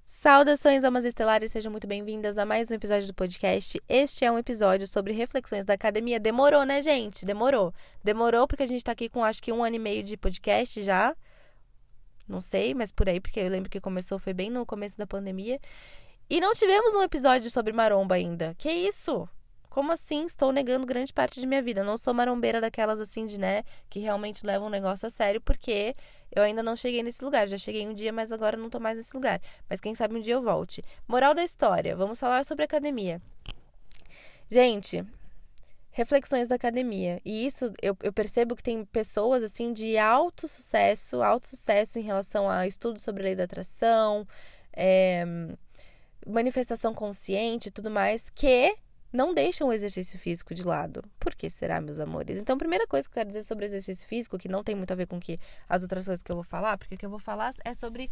Saudações, almas estelares, sejam muito bem-vindas a mais um episódio do podcast. Este é um episódio sobre reflexões da academia. Demorou, né, gente? Demorou. Demorou porque a gente tá aqui com acho que 1 ano e meio de podcast já. Não sei, mas por aí, porque eu lembro que começou, foi bem no começo da pandemia. E não tivemos um episódio sobre maromba ainda. Que isso? Como assim? Estou negando grande parte de minha vida. Eu não sou marombeira daquelas assim de, né, que realmente levam um negócio a sério, porque eu ainda não cheguei nesse lugar. Já cheguei um dia, mas agora não tô mais nesse lugar. Mas quem sabe um dia eu volte. Moral da história. Vamos falar sobre academia. Gente, reflexões da academia. E isso eu percebo que tem pessoas assim de alto sucesso em relação a estudos sobre a lei da atração, manifestação consciente e tudo mais, que não deixam o exercício físico de lado. Por que será, meus amores? Então, a primeira coisa que eu quero dizer sobre exercício físico, que não tem muito a ver com que as outras coisas que eu vou falar, porque o que eu vou falar é sobre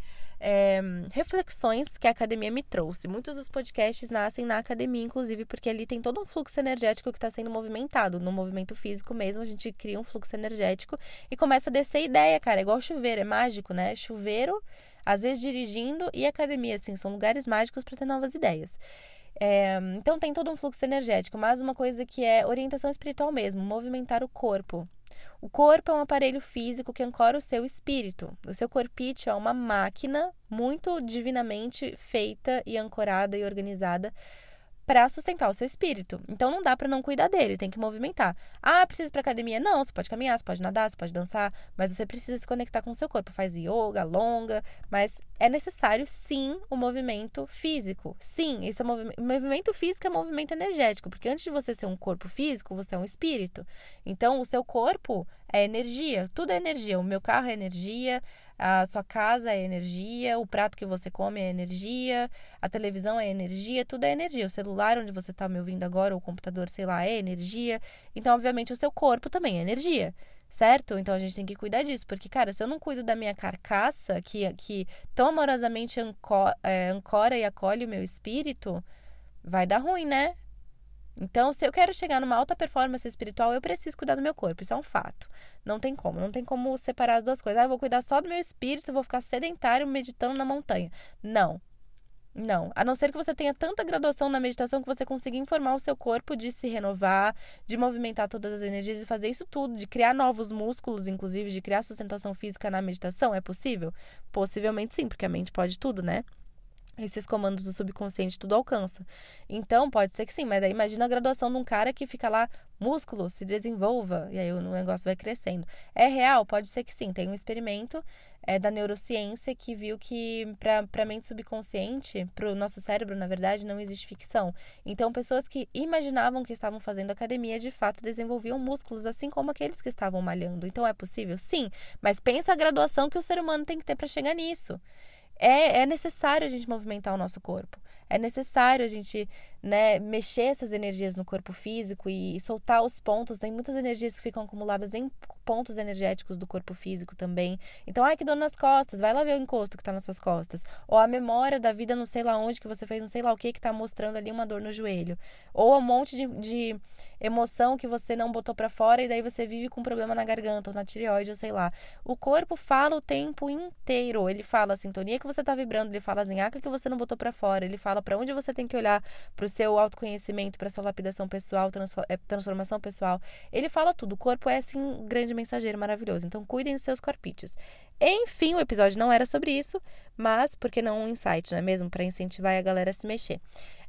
reflexões que a academia me trouxe. Muitos dos podcasts nascem na academia, inclusive, porque ali tem todo um fluxo energético que está sendo movimentado. No movimento físico mesmo, a gente cria um fluxo energético e começa a descer ideia, cara. É igual chuveiro, é mágico, né? Chuveiro, às vezes dirigindo, e academia, assim, são lugares mágicos para ter novas ideias. Então tem todo um fluxo energético, mas uma coisa que é orientação espiritual mesmo, movimentar o corpo. O corpo é um aparelho físico que ancora o seu espírito. O seu corpício é uma máquina muito divinamente feita e ancorada e organizada para sustentar o seu espírito. Então não dá para não cuidar dele, tem que movimentar. Ah, preciso ir pra academia? Não, você pode caminhar, você pode nadar, você pode dançar, mas você precisa se conectar com o seu corpo. Faz yoga, alonga, mas é necessário sim o movimento físico. Sim, isso é movimento físico é movimento energético, porque antes de você ser um corpo físico, você é um espírito. Então o seu corpo é energia, tudo é energia. O meu carro é energia, a sua casa é energia, o prato que você come é energia, a televisão é energia, tudo é energia. O celular onde você está me ouvindo agora, ou o computador, sei lá, é energia. Então, obviamente, o seu corpo também é energia, certo? Então, a gente tem que cuidar disso. Porque, cara, se eu não cuido da minha carcaça, que tão amorosamente ancora e acolhe o meu espírito, vai dar ruim, né? Então, se eu quero chegar numa alta performance espiritual, eu preciso cuidar do meu corpo. Isso é um fato. Não tem como separar as duas coisas. Eu vou cuidar só do meu espírito, vou ficar sedentário meditando na montanha. Não. Não. A não ser que você tenha tanta graduação na meditação que você consiga informar o seu corpo de se renovar, de movimentar todas as energias e fazer isso tudo, de criar novos músculos, inclusive, de criar sustentação física na meditação. É possível? Possivelmente sim, porque a mente pode tudo, né? Esses comandos do subconsciente tudo alcança. Então, pode ser que sim, mas daí imagina a graduação de um cara que fica lá, músculo, se desenvolva, e aí o negócio vai crescendo. É real? Pode ser que sim. Tem um experimento da neurociência que viu que para a mente subconsciente, para o nosso cérebro, na verdade, não existe ficção. Então, pessoas que imaginavam que estavam fazendo academia, de fato, desenvolviam músculos, assim como aqueles que estavam malhando. Então, é possível? Sim, mas pensa a graduação que o ser humano tem que ter para chegar nisso. É necessário a gente movimentar o nosso corpo. É necessário a gente, né, mexer essas energias no corpo físico e soltar os pontos. Tem muitas energias que ficam acumuladas em pontos energéticos do corpo físico também. Então, ai, que dor nas costas. Vai lá ver o encosto que tá nas suas costas. Ou a memória da vida não sei lá onde que você fez, não sei lá o que tá mostrando ali uma dor no joelho. Ou um monte de emoção que você não botou pra fora e daí você vive com um problema na garganta ou na tireoide, ou sei lá. O corpo fala o tempo inteiro. Ele fala a sintonia que você tá vibrando, ele fala a zinhaca que você não botou pra fora, ele fala para onde você tem que olhar, para o seu autoconhecimento, para sua lapidação pessoal, transformação pessoal. Ele fala tudo. O corpo é, assim, um grande mensageiro maravilhoso. Então, cuidem dos seus corpícios. Enfim, o episódio não era sobre isso, mas, por que não um insight, não é mesmo? Para incentivar a galera a se mexer.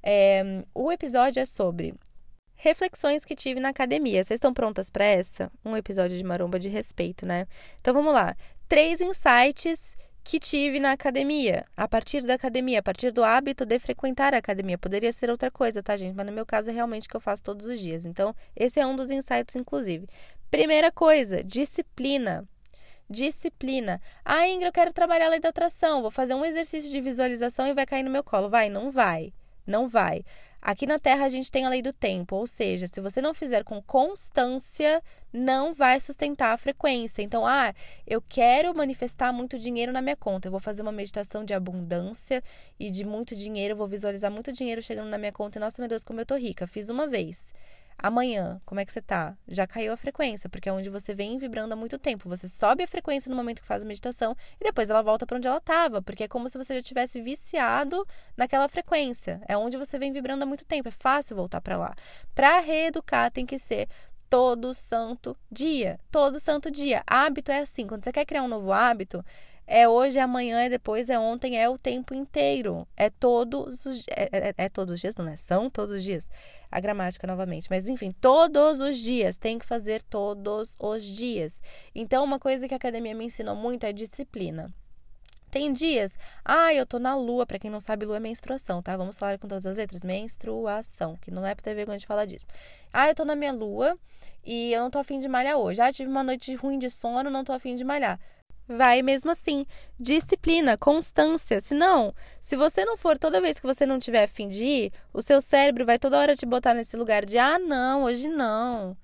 O episódio é sobre reflexões que tive na academia. Vocês estão prontas para essa? Um episódio de maromba de respeito, né? Então, vamos lá. 3 insights que tive na academia, a partir da academia, a partir do hábito de frequentar a academia. Poderia ser outra coisa, tá, gente? Mas no meu caso é realmente o que eu faço todos os dias. Então, esse é um dos insights, inclusive. Primeira coisa, disciplina. Disciplina. Ah, Ingrid, eu quero trabalhar a lei da atração. Vou fazer um exercício de visualização e vai cair no meu colo. Vai? Não vai. Não vai. Aqui na Terra a gente tem a lei do tempo, ou seja, se você não fizer com constância, não vai sustentar a frequência. Então, eu quero manifestar muito dinheiro na minha conta, eu vou fazer uma meditação de abundância e de muito dinheiro, eu vou visualizar muito dinheiro chegando na minha conta e, nossa, meu Deus, como eu tô rica. Fiz uma vez. Amanhã, como é que você tá? Já caiu a frequência, porque é onde você vem vibrando há muito tempo. Você sobe a frequência no momento que faz a meditação e depois ela volta para onde ela estava, porque é como se você já tivesse viciado naquela frequência. É onde você vem vibrando há muito tempo. É fácil voltar para lá. Para reeducar tem que ser todo santo dia. Todo santo dia. Hábito é assim. Quando você quer criar um novo hábito, é hoje, é amanhã, é depois, é ontem, é o tempo inteiro. É todos os todos os dias, não é? São todos os dias. A gramática novamente. Mas, enfim, todos os dias. Tem que fazer todos os dias. Então, uma coisa que a academia me ensinou muito é disciplina. Tem dias, eu tô na lua, pra quem não sabe, lua é menstruação, tá? Vamos falar com todas as letras, menstruação, que não é pra ter vergonha de falar disso. Eu tô na minha lua e eu não tô afim de malhar hoje. Tive uma noite ruim de sono, não tô afim de malhar. Vai mesmo assim, disciplina, constância. Senão, se você não for toda vez que você não tiver afim de ir, o seu cérebro vai toda hora te botar nesse lugar de, não, hoje não.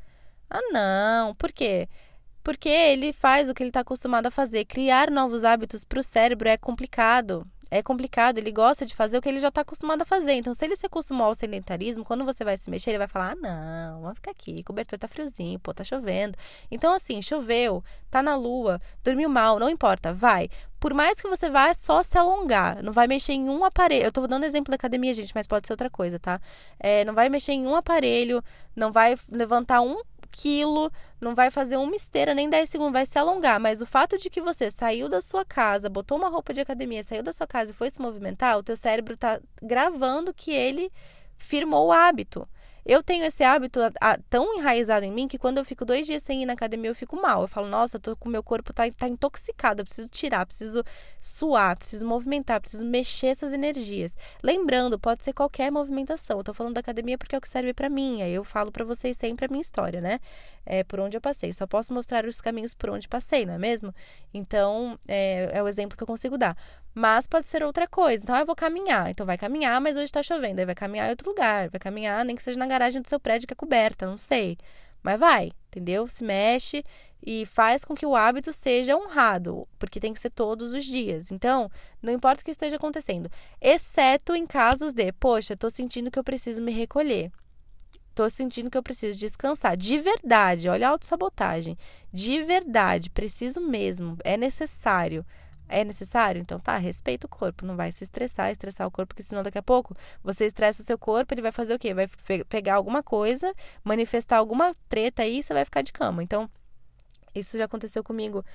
Não, por quê? Porque ele faz o que ele está acostumado a fazer. Criar novos hábitos para o cérebro é complicado. É complicado, ele gosta de fazer o que ele já está acostumado a fazer. Então, se ele se acostumou ao sedentarismo, quando você vai se mexer, ele vai falar, não, vamos ficar aqui, o cobertor tá friozinho, tá chovendo. Então, assim, choveu, tá na lua, dormiu mal, não importa, vai. Por mais que você vá, é só se alongar, não vai mexer em um aparelho. Eu tô dando exemplo da academia, gente, mas pode ser outra coisa, tá? Não vai mexer em um aparelho, não vai levantar 1 quilo, não vai fazer uma esteira, nem 10 segundos, vai se alongar. Mas o fato de que você saiu da sua casa, botou uma roupa de academia, saiu da sua casa e foi se movimentar, o teu cérebro tá gravando que ele firmou o hábito. Eu tenho esse hábito tão enraizado em mim que quando eu fico 2 dias sem ir na academia, eu fico mal. Eu falo, nossa, o meu corpo tá intoxicado, eu preciso tirar, preciso suar, preciso movimentar, preciso mexer essas energias. Lembrando, pode ser qualquer movimentação. Eu tô falando da academia porque é o que serve pra mim. Aí eu falo pra vocês sempre a minha história, né? Por onde eu passei. Só posso mostrar os caminhos por onde passei, não é mesmo? Então, é o exemplo que eu consigo dar. Mas pode ser outra coisa. Então, eu vou caminhar. Então, vai caminhar, mas hoje tá chovendo. Aí vai caminhar em outro lugar. Vai caminhar, nem que seja na garagem do seu prédio que é coberta, não sei. Mas vai, entendeu? Se mexe e faz com que o hábito seja honrado, porque tem que ser todos os dias. Então, não importa o que esteja acontecendo, exceto em casos de, poxa, tô sentindo que eu preciso me recolher. Tô sentindo que eu preciso descansar. De verdade, olha a autossabotagem. De verdade, preciso mesmo, é necessário. É necessário? Então tá, respeita o corpo, não vai se estressar o corpo, porque senão daqui a pouco você estressa o seu corpo, ele vai fazer o quê? Vai pegar alguma coisa, manifestar alguma treta aí e você vai ficar de cama. Então, isso já aconteceu comigo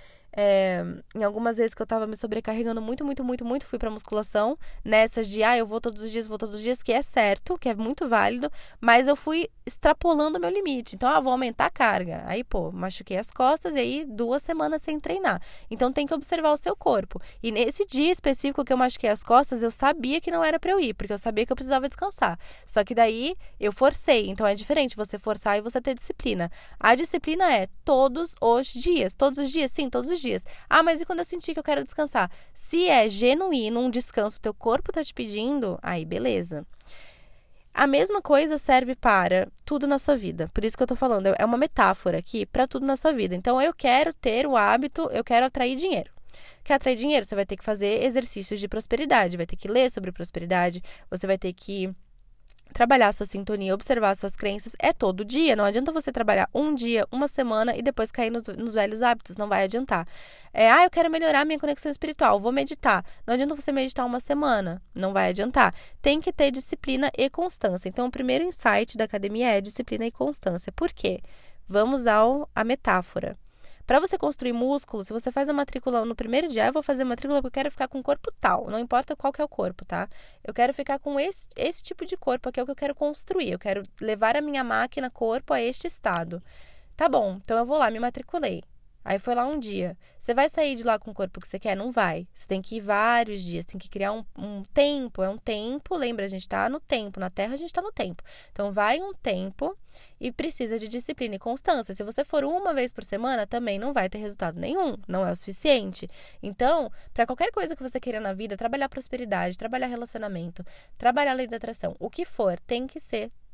em algumas vezes que eu tava me sobrecarregando muito, fui pra musculação, nessas de, eu vou todos os dias, que é certo, que é muito válido, mas eu fui extrapolando o meu limite. Então, vou aumentar a carga. Aí, machuquei as costas e aí 2 semanas sem treinar. Então, tem que observar o seu corpo. E nesse dia específico que eu machuquei as costas, eu sabia que não era pra eu ir, porque eu sabia que eu precisava descansar. Só que daí, eu forcei. Então, é diferente você forçar e você ter disciplina. A disciplina é todos os dias. Todos os dias? Sim, todos os dias. Mas e quando eu sentir que eu quero descansar? Se é genuíno um descanso, teu corpo tá te pedindo, aí beleza. A mesma coisa serve para tudo na sua vida. Por isso que eu tô falando, é uma metáfora aqui para tudo na sua vida. Então, eu quero ter o hábito, eu quero atrair dinheiro. Quer atrair dinheiro? Você vai ter que fazer exercícios de prosperidade, vai ter que ler sobre prosperidade, você vai ter que trabalhar a sua sintonia, observar as suas crenças, é todo dia. Não adianta você trabalhar um dia, uma semana e depois cair nos velhos hábitos, não vai adiantar. Eu quero melhorar minha conexão espiritual, vou meditar. Não adianta você meditar uma semana, não vai adiantar. Tem que ter disciplina e constância. Então, o primeiro insight da academia é disciplina e constância. Por quê? Vamos à metáfora. Para você construir músculo, se você faz a matrícula no primeiro dia, eu vou fazer a matrícula porque eu quero ficar com o corpo tal. Não importa qual que é o corpo, tá? Eu quero ficar com esse tipo de corpo aqui, é o que eu quero construir. Eu quero levar a minha máquina corpo a este estado. Tá bom, então eu vou lá, me matriculei. Aí foi lá um dia. Você vai sair de lá com o corpo que você quer? Não vai. Você tem que ir vários dias, tem que criar um tempo. É um tempo, lembra, a gente tá no tempo. Na Terra, a gente tá no tempo. Então, vai um tempo e precisa de disciplina e constância. Se você for uma vez por semana, também não vai ter resultado nenhum. Não é o suficiente. Então, para qualquer coisa que você queira na vida, trabalhar prosperidade, trabalhar relacionamento, trabalhar a lei da atração, o que for, tem que ser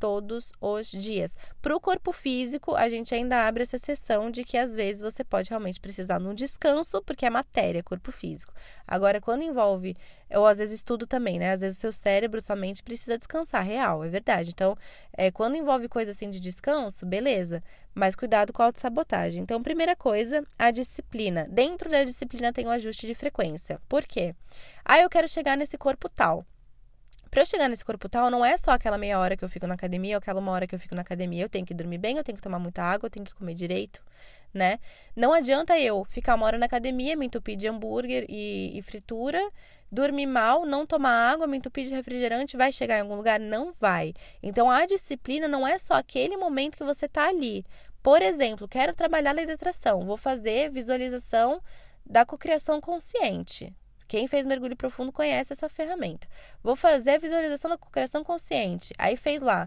todos os dias. Para o corpo físico, a gente ainda abre essa exceção de que às vezes você pode realmente precisar de um descanso, porque é matéria, corpo físico. Agora, quando envolve, ou às vezes tudo também, né? Às vezes o seu cérebro, sua mente precisa descansar, real, é verdade. Então, quando envolve coisa assim de descanso, beleza. Mas cuidado com a autossabotagem. Então, primeira coisa, a disciplina. Dentro da disciplina tem o ajuste de frequência. Por quê? Eu quero chegar nesse corpo tal. Para eu chegar nesse corpo tal, não é só aquela meia hora que eu fico na academia ou aquela 1 hora que eu fico na academia. Eu tenho que dormir bem, eu tenho que tomar muita água, eu tenho que comer direito, né? Não adianta eu ficar 1 hora na academia, me entupir de hambúrguer e fritura, dormir mal, não tomar água, me entupir de refrigerante, vai chegar em algum lugar? Não vai. Então, a disciplina não é só aquele momento que você tá ali. Por exemplo, quero trabalhar lei da atração, vou fazer visualização da cocriação consciente. Quem fez mergulho profundo conhece essa ferramenta. Vou fazer a visualização da cocriação consciente. Aí fez lá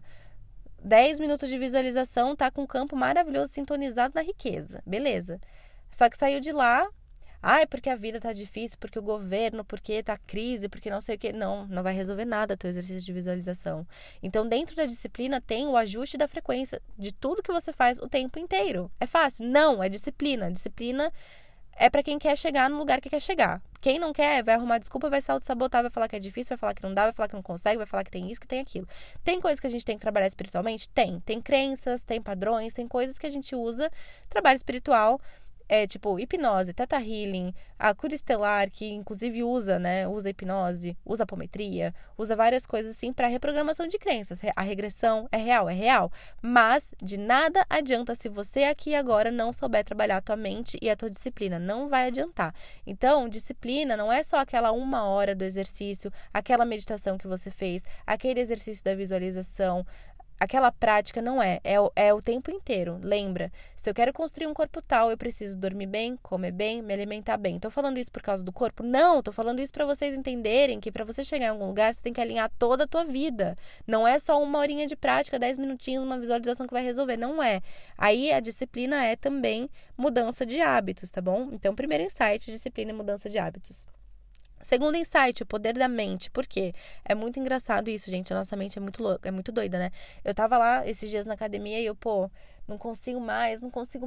10 minutos de visualização, tá com um campo maravilhoso sintonizado na riqueza. Beleza. Só que saiu de lá, porque a vida tá difícil, porque o governo, porque tá crise, porque não sei o quê. Não vai resolver nada teu exercício de visualização. Então, dentro da disciplina tem o ajuste da frequência de tudo que você faz o tempo inteiro. É fácil? Não, é disciplina. Disciplina é pra quem quer chegar no lugar que quer chegar. Quem não quer, vai arrumar desculpa, vai se auto-sabotar, vai falar que é difícil, vai falar que não dá, vai falar que não consegue, vai falar que tem isso, que tem aquilo. Tem coisas que a gente tem que trabalhar espiritualmente? Tem. Tem crenças, tem padrões, tem coisas que a gente usa. Trabalho espiritual tipo hipnose, Theta Healing, a cura estelar, que inclusive usa hipnose, usa apometria, usa várias coisas assim para reprogramação de crenças. A regressão é real. Mas de nada adianta se você aqui e agora não souber trabalhar a tua mente e a tua disciplina. Não vai adiantar. Então, disciplina não é só aquela 1 hora do exercício, aquela meditação que você fez, aquele exercício da visualização. Aquela prática não é o tempo inteiro. Lembra, se eu quero construir um corpo tal, eu preciso dormir bem, comer bem, me alimentar bem. Tô falando isso por causa do corpo? Não, tô falando isso para vocês entenderem que para você chegar em algum lugar, você tem que alinhar toda a tua vida. Não é só 1 horinha de prática, 10 minutinhos, uma visualização que vai resolver. Não é. Aí a disciplina é também mudança de hábitos, tá bom? Então, primeiro insight, disciplina e mudança de hábitos. Segundo insight, o poder da mente. Por quê? É muito engraçado isso, gente. A nossa mente é muito louca, é muito doida, né? Eu tava lá esses dias na academia e eu, não consigo mais,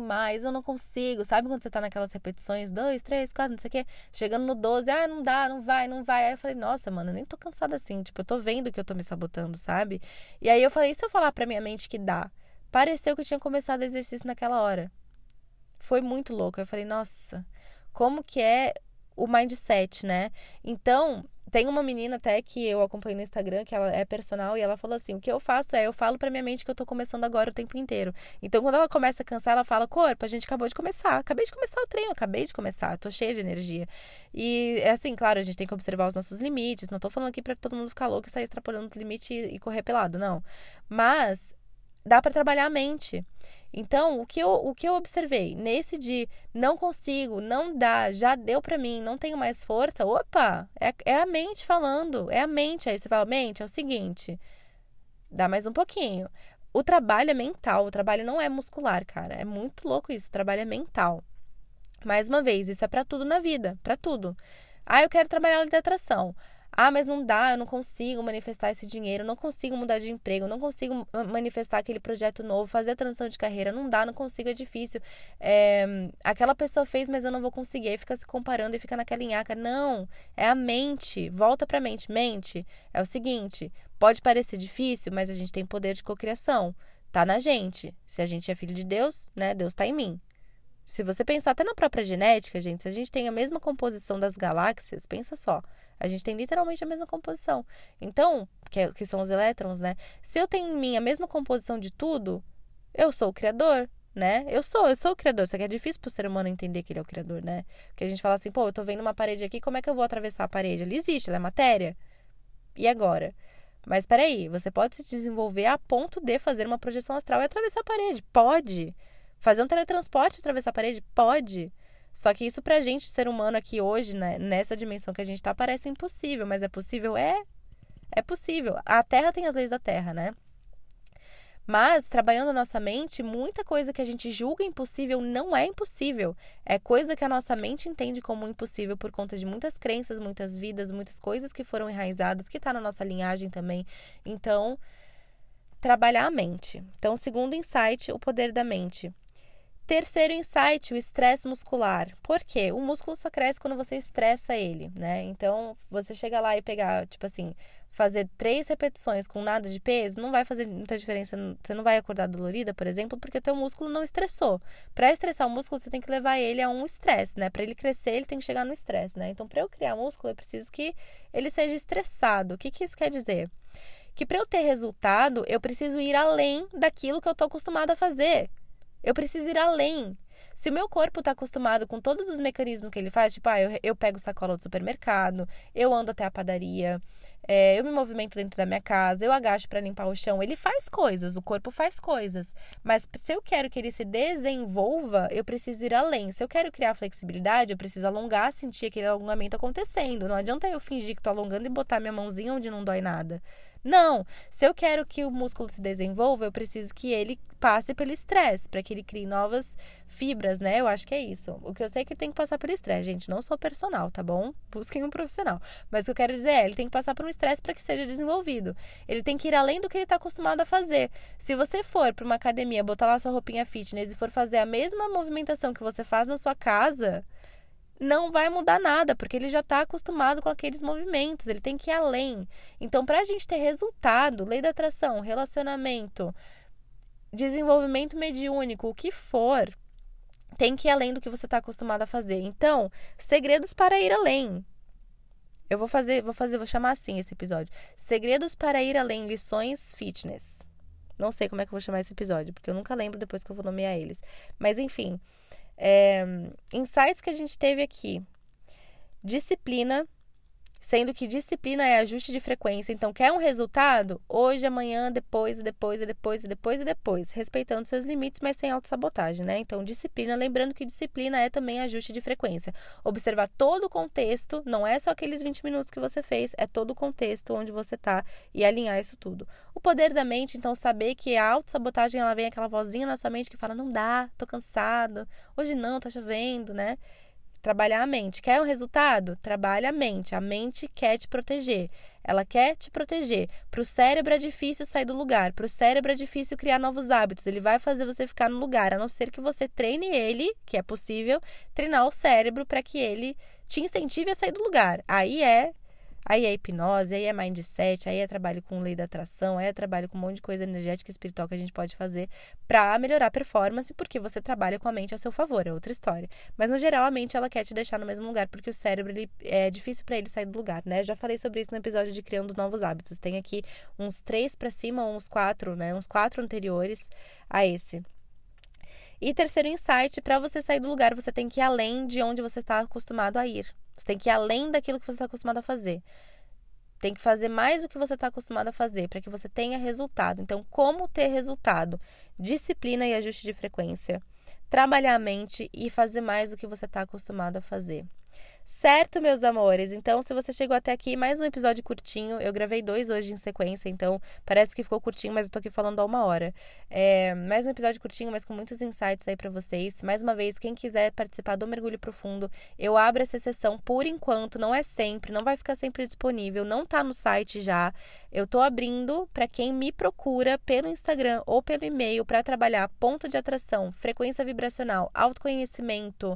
eu não consigo. Sabe quando você tá naquelas repetições? 2, 3, 4, não sei o quê. Chegando no 12, não dá, não vai. Aí eu falei, nossa, mano, eu nem tô cansada assim. Tipo, eu tô vendo que eu tô me sabotando, sabe? E aí eu falei, e se eu falar pra minha mente que dá? Pareceu que eu tinha começado o exercício naquela hora. Foi muito louco. Eu falei, nossa, como que é o mindset, né? Então, tem uma menina até que eu acompanho no Instagram, que ela é personal, e ela falou assim, o que eu faço eu falo pra minha mente que eu tô começando agora o tempo inteiro. Então, quando ela começa a cansar, ela fala, corpo, a gente acabei de começar o treino, tô cheia de energia. E, é assim, claro, a gente tem que observar os nossos limites, não tô falando aqui pra todo mundo ficar louco e sair extrapolando o limite e correr pelado, não. Mas dá pra trabalhar a mente. Então, o que eu observei? Nesse de não consigo, não dá, já deu pra mim, não tenho mais força. Opa, é a mente falando, é a mente. Aí você fala, mente, é o seguinte, dá mais um pouquinho. O trabalho é mental, o trabalho não é muscular, cara. É muito louco isso, o trabalho é mental. Mais uma vez, isso é pra tudo na vida, pra tudo. Eu quero trabalhar a lei da atração. Mas não dá, eu não consigo manifestar esse dinheiro, eu não consigo mudar de emprego, eu não consigo manifestar aquele projeto novo, fazer a transição de carreira, não dá, não consigo, é difícil. Aquela pessoa fez, mas eu não vou conseguir, aí fica se comparando e fica naquela nhaca. Não, é a mente, volta pra mente. Mente, é o seguinte, pode parecer difícil, mas a gente tem poder de cocriação, tá na gente. Se a gente é filho de Deus, né, Deus tá em mim. Se você pensar até na própria genética, gente, se a gente tem a mesma composição das galáxias, pensa só, a gente tem literalmente a mesma composição. Então, que são os elétrons, né? Se eu tenho em mim a mesma composição de tudo, eu sou o criador, né? Eu sou o criador. Só que é difícil pro ser humano entender que ele é o criador, né? Porque a gente fala assim, eu tô vendo uma parede aqui, como é que eu vou atravessar a parede? Ela existe, ela é matéria. E agora? Mas peraí, você pode se desenvolver a ponto de fazer uma projeção astral e atravessar a parede. Pode. Fazer um teletransporte e atravessar a parede? Pode. Só que isso pra gente, ser humano aqui hoje, né, nessa dimensão que a gente tá, parece impossível. Mas é possível? É possível. A Terra tem as leis da Terra, né? Mas, trabalhando a nossa mente, muita coisa que a gente julga impossível não é impossível. É coisa que a nossa mente entende como impossível por conta de muitas crenças, muitas vidas, muitas coisas que foram enraizadas, que tá na nossa linhagem também. Então, trabalhar a mente. Então, segundo insight, o poder da mente. Terceiro insight, o estresse muscular. Por quê? O músculo só cresce quando você estressa ele, né? Então, você chega lá e pegar, tipo assim, fazer 3 repetições com nada de peso, não vai fazer muita diferença. Você não vai acordar dolorida, por exemplo, porque o teu músculo não estressou. Para estressar o músculo, você tem que levar ele a um estresse, né? Para ele crescer, ele tem que chegar no estresse, né? Então, para eu criar músculo, eu preciso que ele seja estressado. O que isso quer dizer? Que para eu ter resultado, eu preciso ir além daquilo que eu tô acostumado a fazer. Eu preciso ir além. Se o meu corpo está acostumado com todos os mecanismos que ele faz, tipo, eu pego sacola do supermercado, eu ando até a padaria, eu me movimento dentro da minha casa, eu agacho para limpar o chão. Ele faz coisas, o corpo faz coisas. Mas se eu quero que ele se desenvolva, eu preciso ir além. Se eu quero criar flexibilidade, eu preciso alongar, sentir aquele alongamento acontecendo. Não adianta eu fingir que estou alongando e botar minha mãozinha onde não dói nada. Não, se eu quero que o músculo se desenvolva, eu preciso que ele passe pelo estresse, para que ele crie novas fibras, né? Eu acho que é isso. O que eu sei é que ele tem que passar pelo estresse, gente. Não sou personal, tá bom? Busquem um profissional. Mas o que eu quero dizer ele tem que passar por um estresse para que seja desenvolvido. Ele tem que ir além do que ele está acostumado a fazer. Se você for para uma academia, botar lá sua roupinha fitness e for fazer a mesma movimentação que você faz na sua casa, não vai mudar nada, porque ele já está acostumado com aqueles movimentos, ele tem que ir além. Então, para a gente ter resultado, lei da atração, relacionamento, desenvolvimento mediúnico, o que for, tem que ir além do que você está acostumado a fazer. Então, segredos para ir além. Eu vou chamar assim esse episódio. Segredos para ir além, lições fitness. Não sei como é que eu vou chamar esse episódio, porque eu nunca lembro depois que eu vou nomear eles. Mas, enfim... insights que a gente teve aqui. Disciplina, sendo que disciplina é ajuste de frequência. Então, quer um resultado? Hoje, amanhã, depois, respeitando seus limites, mas sem autossabotagem, né? Então, disciplina, lembrando que disciplina é também ajuste de frequência. Observar todo o contexto, não é só aqueles 20 minutos que você fez, é todo o contexto onde você tá e alinhar isso tudo. O poder da mente, então, saber que a autossabotagem, ela vem aquela vozinha na sua mente que fala, não dá, tô cansado, hoje não, tá chovendo, né? Trabalhar a mente. Quer um resultado? Trabalha a mente. A mente quer te proteger. Ela quer te proteger. Para o cérebro é difícil sair do lugar. Para o cérebro é difícil criar novos hábitos. Ele vai fazer você ficar no lugar, a não ser que você treine ele, que é possível, treinar o cérebro para que ele te incentive a sair do lugar. Aí é hipnose, aí é mindset, aí é trabalho com lei da atração, aí é trabalho com um monte de coisa energética e espiritual que a gente pode fazer para melhorar a performance, porque você trabalha com a mente a seu favor, é outra história. Mas, no geral, a mente, ela quer te deixar no mesmo lugar, porque o cérebro, é difícil para ele sair do lugar, né? Já falei sobre isso no episódio de Criando Novos Hábitos. Tem aqui uns 3 para cima, uns 4, né? Uns 4 anteriores a esse. E terceiro insight, para você sair do lugar, você tem que ir além de onde você está acostumado a ir. Você tem que ir além daquilo que você está acostumado a fazer. Tem que fazer mais do que você está acostumado a fazer para que você tenha resultado. Então, como ter resultado? Disciplina e ajuste de frequência. Trabalhar a mente e fazer mais do que você está acostumado a fazer. Certo, meus amores? Então, se você chegou até aqui, mais um episódio curtinho. Eu gravei 2 hoje em sequência, então parece que ficou curtinho, mas eu tô aqui falando há 1 hora. Mais um episódio curtinho, mas com muitos insights aí pra vocês. Mais uma vez, quem quiser participar do Mergulho Profundo, eu abro essa sessão por enquanto, não é sempre, não vai ficar sempre disponível, não tá no site já. Eu tô abrindo pra quem me procura pelo Instagram ou pelo e-mail pra trabalhar ponto de atração, frequência vibracional, autoconhecimento,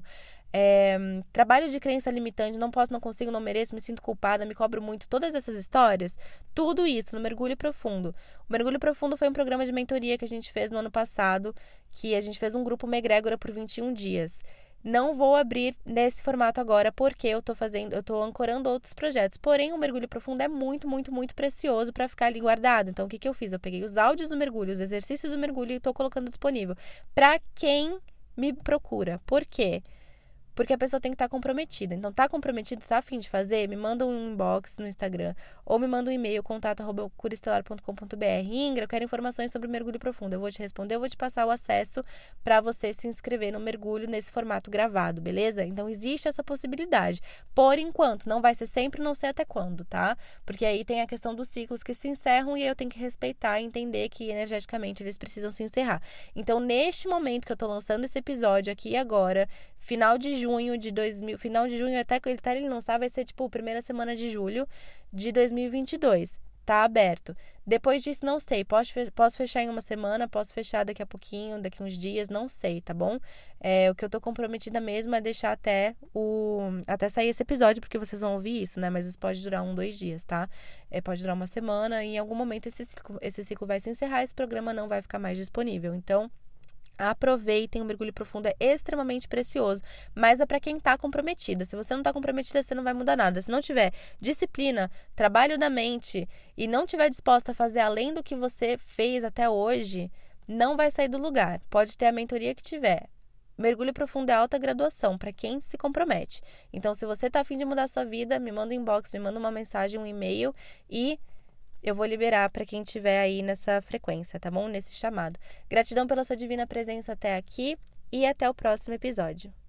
trabalho de crença limitante, não posso, não consigo, não mereço, me sinto culpada, me cobro muito, todas essas histórias, tudo isso no Mergulho Profundo. O Mergulho Profundo foi um programa de mentoria que a gente fez no ano passado, que a gente fez um grupo uma egrégora por 21 dias. Não vou abrir nesse formato agora, porque eu tô ancorando outros projetos. Porém, o Mergulho Profundo é muito, muito, muito precioso para ficar ali guardado. Então, o que eu fiz? Eu peguei os áudios do mergulho, os exercícios do mergulho e tô colocando disponível para quem me procura. Por quê? Porque a pessoa tem que estar comprometida. Então, tá comprometida, tá a fim de fazer? Me manda um inbox no Instagram. Ou me manda um e-mail, contato@curaestelar.com.br. Ingra, eu quero informações sobre o Mergulho Profundo. Eu vou te responder, eu vou te passar o acesso para você se inscrever no mergulho nesse formato gravado, beleza? Então, existe essa possibilidade. Por enquanto, não vai ser sempre, não sei até quando, tá? Porque aí tem a questão dos ciclos que se encerram e eu tenho que respeitar e entender que energeticamente eles precisam se encerrar. Então, neste momento que eu tô lançando esse episódio aqui e agora, final de junho até ele lançar vai ser tipo primeira semana de julho de 2022. Tá aberto. Depois disso, não sei. Posso fechar em uma semana, posso fechar daqui a pouquinho, daqui uns dias, não sei, tá bom? O que eu tô comprometida mesmo é deixar até sair esse episódio, porque vocês vão ouvir isso, né? Mas isso pode durar 2 dias, tá? Pode durar uma semana e em algum momento esse ciclo vai se encerrar, esse programa não vai ficar mais disponível. Então, aproveitem, o mergulho profundo é extremamente precioso, mas é para quem tá comprometida. Se você não tá comprometida, você não vai mudar nada. Se não tiver disciplina, trabalho da mente e não tiver disposta a fazer além do que você fez até hoje, não vai sair do lugar. Pode ter a mentoria que tiver. Mergulho profundo é alta graduação para quem se compromete. Então, se você tá a fim de mudar a sua vida, me manda um inbox, me manda uma mensagem, um e-mail e eu vou liberar para quem estiver aí nessa frequência, tá bom? Nesse chamado. Gratidão pela sua divina presença até aqui e até o próximo episódio.